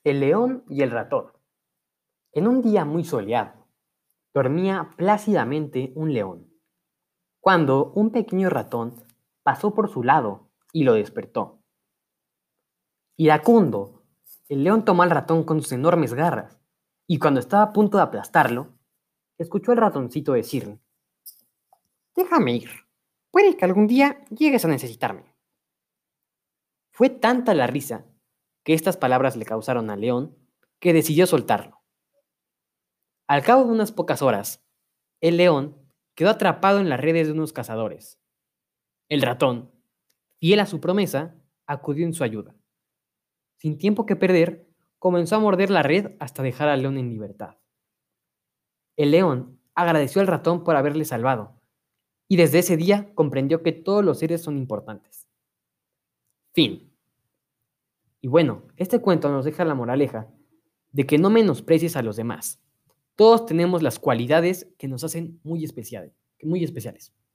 El león y el ratón. En un día muy soleado, dormía plácidamente un león, cuando un pequeño ratón pasó por su lado y lo despertó. Iracundo, el león tomó al ratón con sus enormes garras, y cuando estaba a punto de aplastarlo, escuchó al ratoncito decirle: «Déjame ir, puede que algún día llegues a necesitarme». Fue tanta la risa que estas palabras le causaron al león que decidió soltarlo. Al cabo de unas pocas horas, el león quedó atrapado en las redes de unos cazadores. El ratón, fiel a su promesa, acudió en su ayuda. Sin tiempo que perder, comenzó a morder la red hasta dejar al león en libertad. El león agradeció al ratón por haberle salvado, y desde ese día comprendió que todos los seres son importantes. Fin. Y bueno, este cuento nos deja la moraleja de que no menosprecies a los demás. Todos tenemos las cualidades que nos hacen muy especiales.